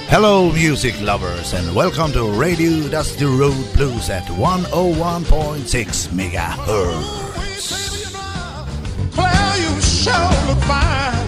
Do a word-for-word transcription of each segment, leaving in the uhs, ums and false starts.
Hello music lovers and welcome to Radio Dusty Road Blues at one oh one point six megahertz. Claire, you sure look fine.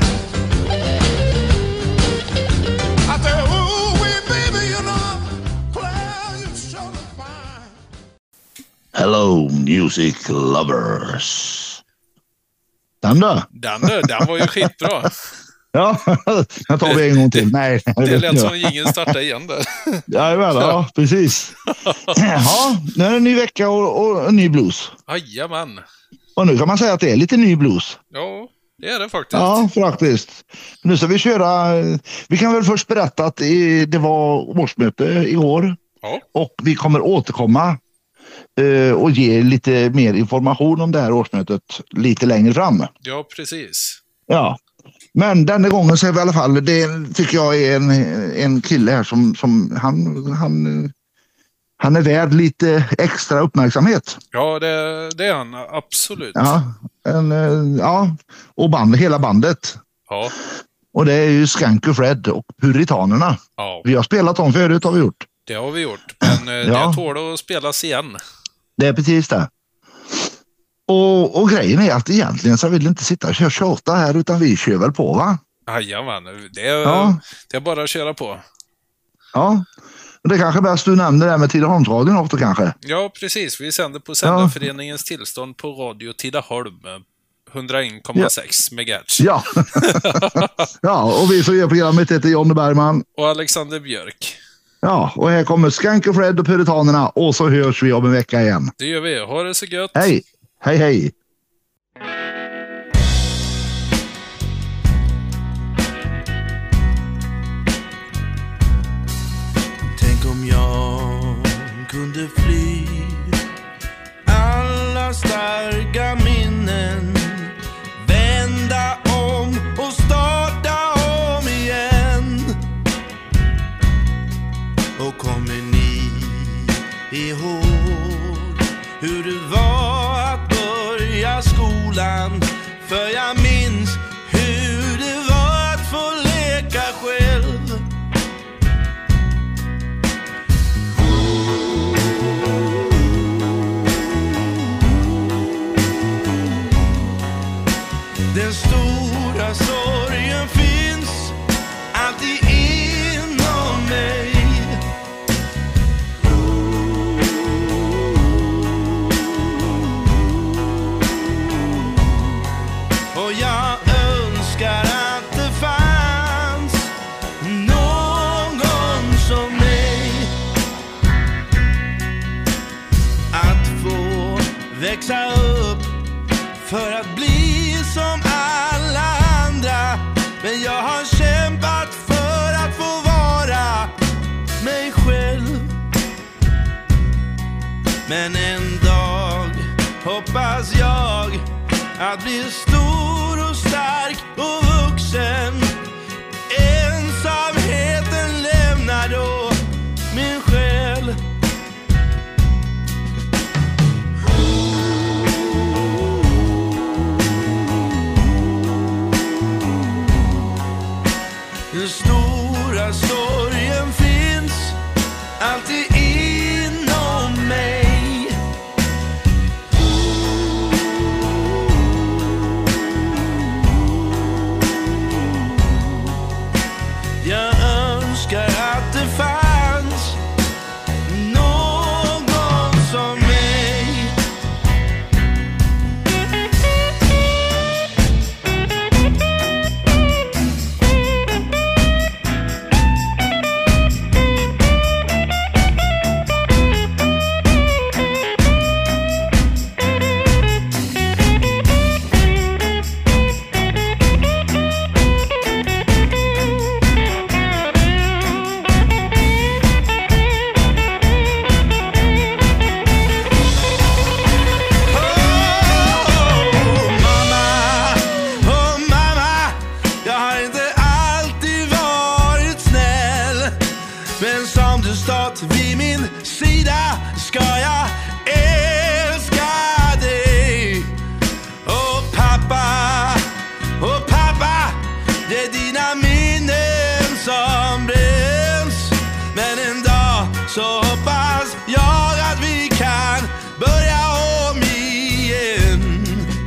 I tell you, ooh, wee, baby, you know, Claire, you sure look fine. Hello music lovers. Den då? Den då, den var ju skitbra. Ja, jag tar vi en gång till. Nej, det lät som ingen starta igen där. Ja, väl, ja, precis. Ja, nu är det en ny vecka och, och en ny blues. Jajamän. Och nu kan man säga att det är lite ny blues. Ja, det är det faktiskt. Ja, faktiskt. Nu ska vi köra, vi kan väl först berätta att det var årsmöte igår. Ja. Och vi kommer återkomma uh, och ge lite mer information om det här årsmötet lite längre fram. Ja, precis. Ja. Men denna gången så är vi i alla fall, det tycker jag är en, en kille här som, som han, han, han är värd lite extra uppmärksamhet. Ja, det, det är han, absolut. Ja, en, ja, och band, hela bandet. Ja. Och det är ju Skank och Fred och Puritanerna. Ja. Vi har spelat dem förut, har vi gjort. Det har vi gjort, men ja. Det tål att spelas igen. Det är precis det. Och, och grejen är att egentligen så vill inte sitta och köra tjata här utan vi kör väl på, va? Jajamän, det är, ja. det är bara att köra på. Ja, det är kanske bäst du nämner det med Tidaholmsradion också kanske. Ja, precis. Vi sänder på Sändarföreningens ja. tillstånd på Radio Tidaholm. hundraen komma sex megahertz. Ja. Ja, och vi som gör programmet heter Jonny Bergman. Och Alexander Björk. Ja, och här kommer Skank och Fred och Puritanerna och så hörs vi om en vecka igen. Det gör vi. Ha det så gött. Hej. Hej, hej. Tänk om jag kunde fly alla starka minnen, vända om och starta om igen. Och kommer ni ihåg hur det var att börja skolan? För jag minns hur det var att få leka själv. Den stora sorgen finns alltid inom mig. Och jag önskar att det fanns någon som mig. Att få växa upp för att bli som alla andra. Men jag har kämpat för att få vara mig själv. Men en dag hoppas jag att bli stor och stark och vuxen. Ensamheten lämnar då min själ. Den stora sorgen finns alltid inom mig. Jag önskar att det fanns någon som mig. Det är dina minnen som bränns så hoppas jag att vi kan börja om igen.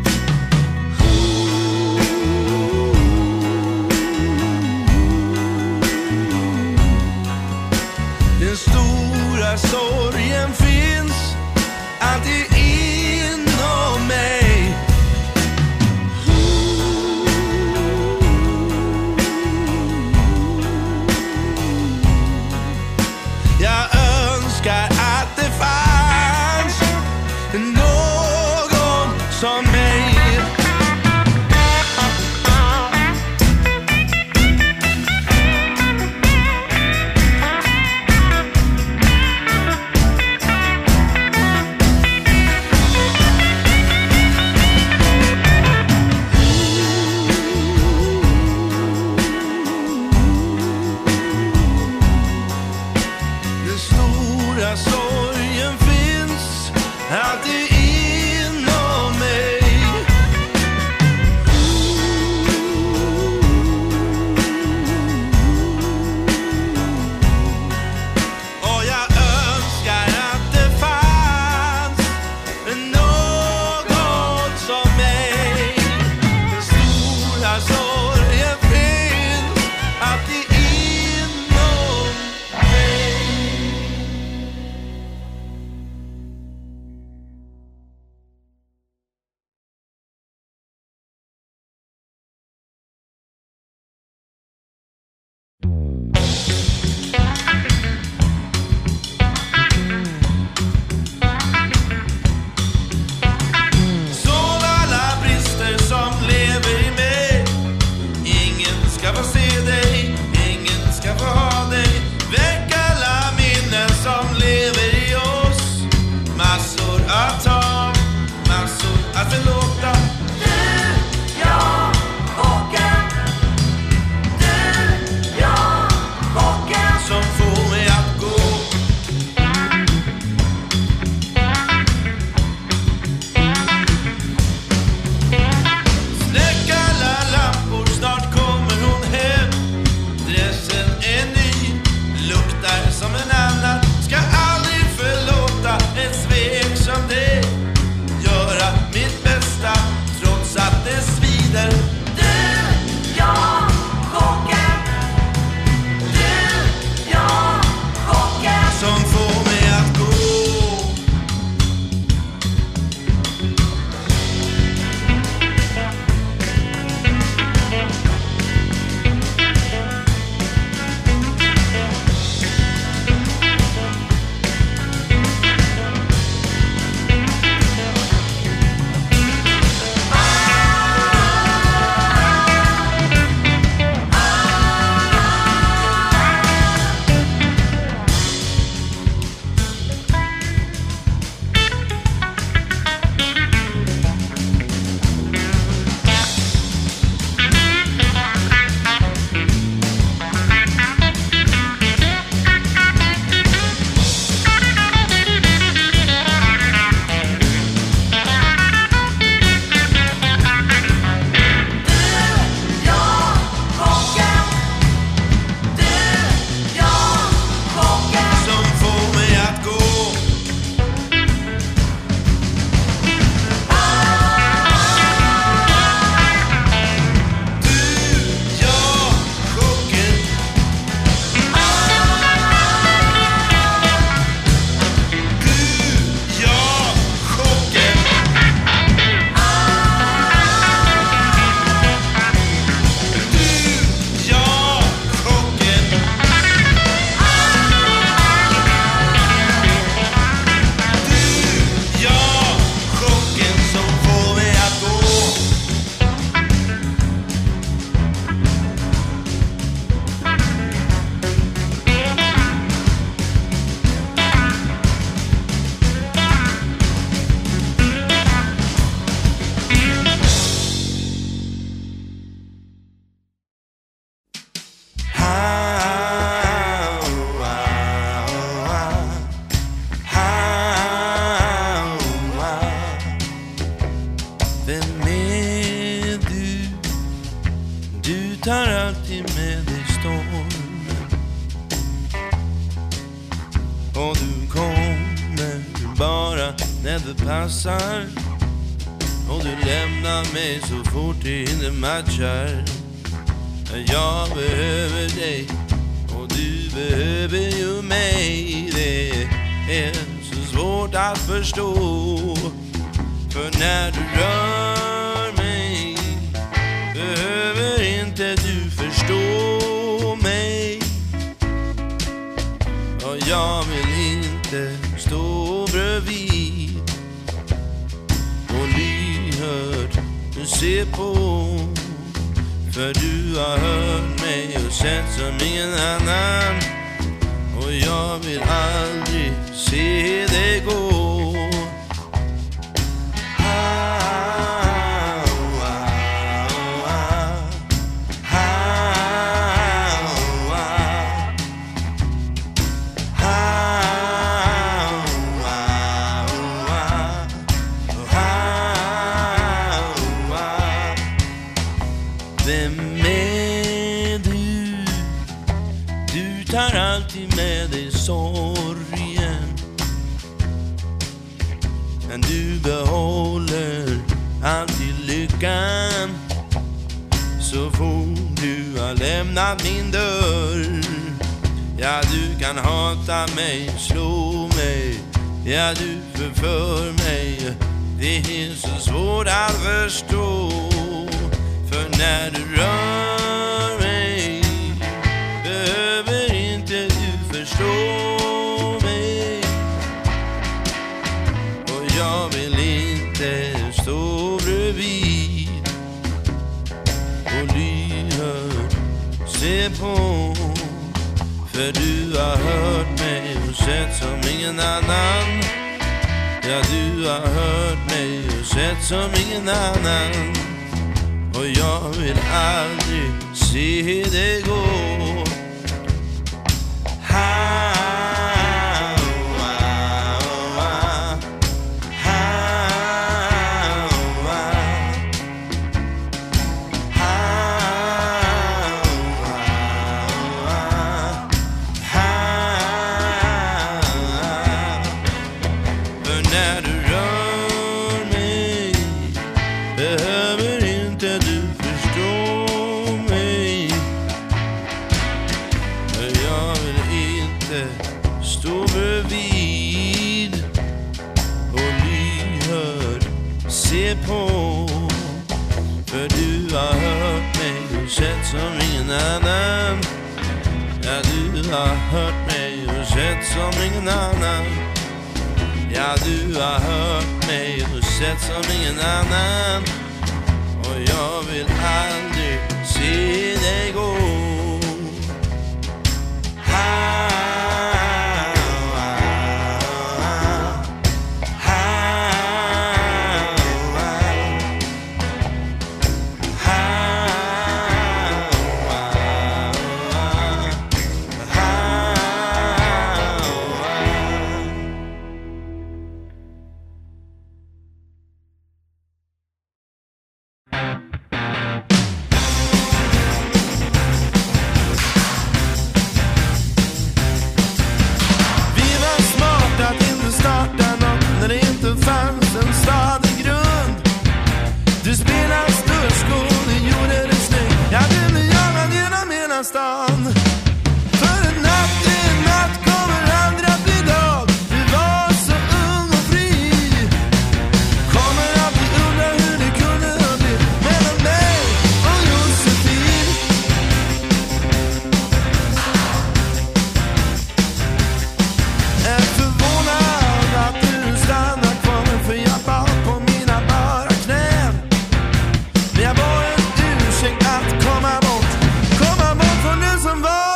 Den stora sorgen finns alltid inom mig. Jag önskar att det fanns någon som mig. Den stora sorgen finns alltid inom mig. Och jag önskar att det fanns någon som mig. Den stora sorgen finns alltid inom mig. Så alla brister som lever i mig, ingen ska få se dig, ingen ska få ha dig. Väck alla minnen som lever i oss, massor att ta, massor att förlåta. Du, jag, Håkan. Du, jag, Håkan. Som får mig att gå. Släck alla lampor, snart kommer hon hem. Dressen är ny, luktar som en annan. Ska aldrig förlåta ett svek som det. Göra mitt bästa trots att det svider. Du, jag, Håkan. Du, jag, Håkan. Som får mig att gå. Som får mig att gå. Du, jag, chocken. Du, jag, chocken. Du, jag, chocken. Du, jag, chocken som får mig att gå. Ah, oh, ah, oh, ah. Ah, oh, ah. Vem är du? Du tar alltid med dig storm. och du kommer bara när det passar. Och du lämnar mig så fort det inte matchar. Jag behöver dig och du behöver ju mig. Det är så svårt att förstå. För när du rör mig behöver inte du förstå mig. Och jag vill inte stå bredvid och lyhörd du ser på. För du har hört mig och sett som ingen annan. Och jag vill aldrig se det gå. Men du behåller alltid lyckan så fort du har lämnat min dörr. Ja, du kan hata mig, slå mig. Ja, du förför mig. Det är så svårt att förstå. För när du rör mig behöver inte du förstå. Jag vill inte stå bredvid och lyhörd se på. För du har hört mig och sett som ingen annan. Ja, du har hört mig och sett som ingen annan. Och jag vill aldrig se det gå. Ha! På. För du har hört mig och sett som ingen annan. Ja, du har hört mig och sett som ingen annan. Ja, du har hört mig och sett som ingen annan. Och jag vill aldrig se dig gå. Ha! Komma bort från det som var.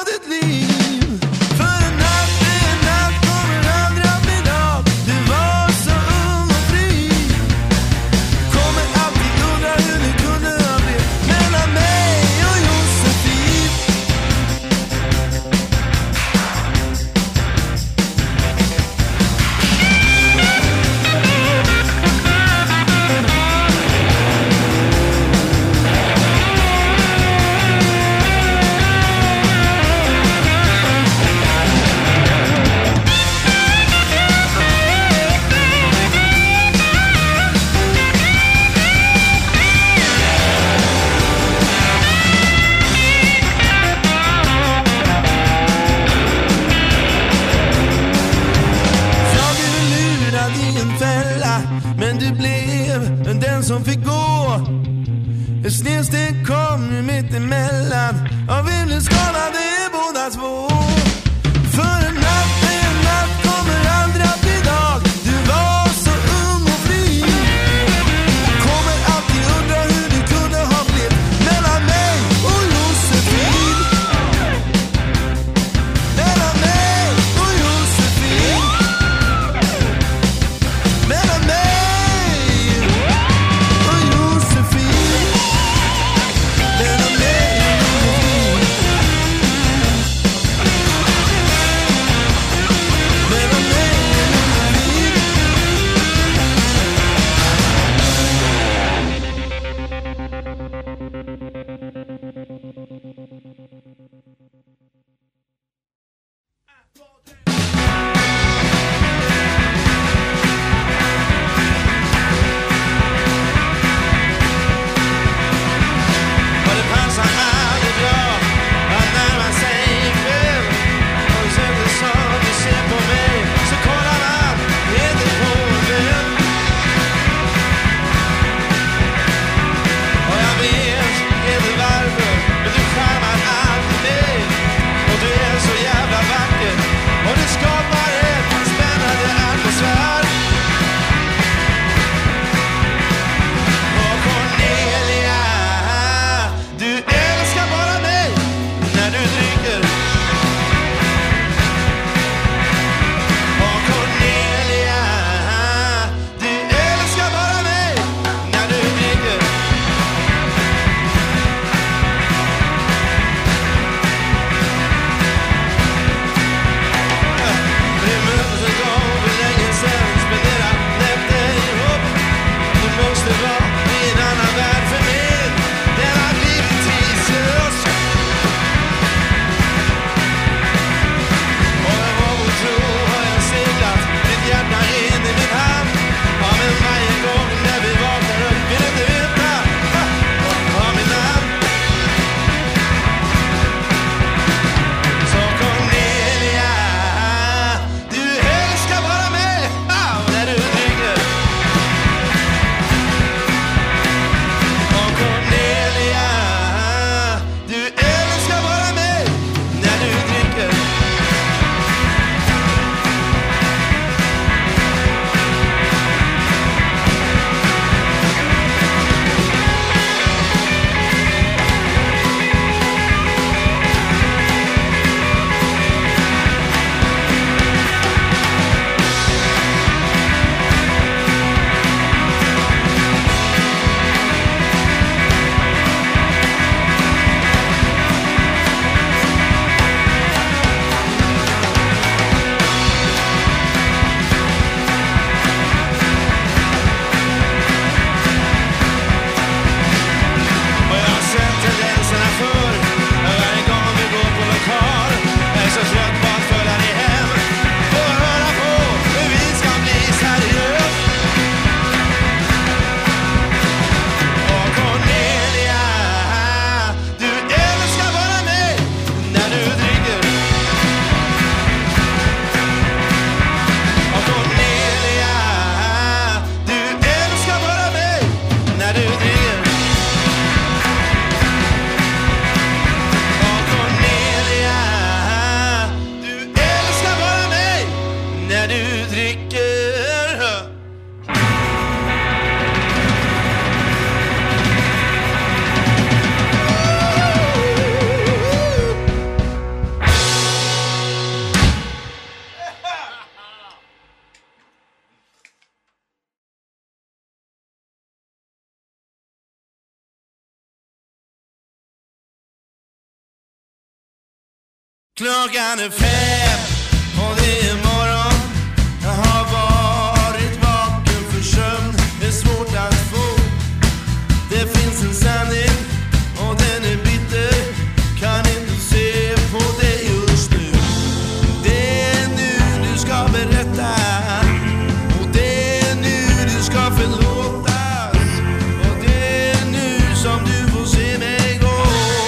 Klockan är fem och det är morgon. Jag har varit vaken för sömn. Det är svårt att få. Det finns en sanning och den är bitter. Kan inte se på det just nu. Det är nu du ska berätta. Och det är nu du ska förlåtas. Och det är nu som du får se mig gå.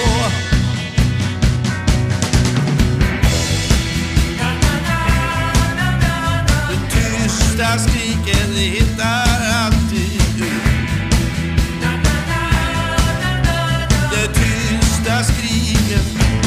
Det tysta skriket hittar alltid ut. Det tysta skriket.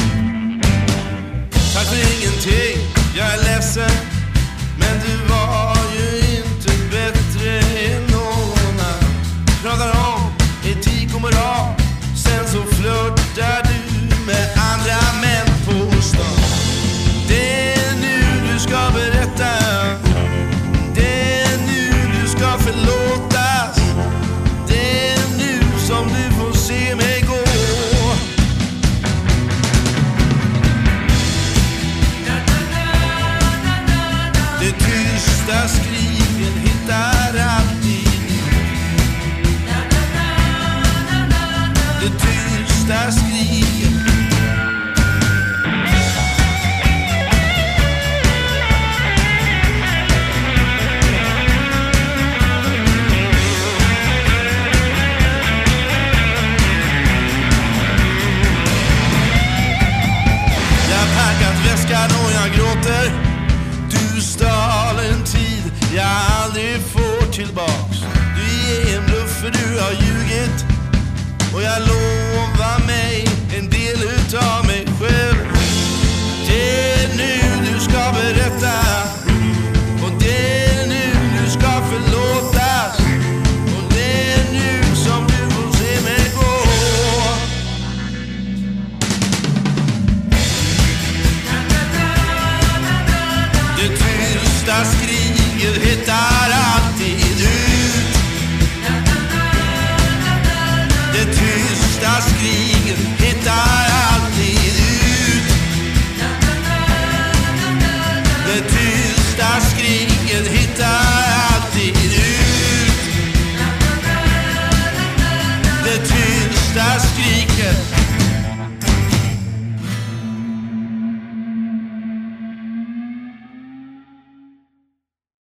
Tack för ingenting, jag är ledsen. Men du var ju inte bättre än någon annan. Pratar om etik och moral. Sen så flörtar du med andra män på stan. Det är nu du ska berätta. Det är nu du ska förlåtas. Det är nu som du får se mig gå. Det tysta skriken hittar alltid. Det tysta skriken. Jag har packat väskan och jag gråter. Du stal en tid jag aldrig får tillbaks. Du är en bluff för du har ljugit. Och jag lovar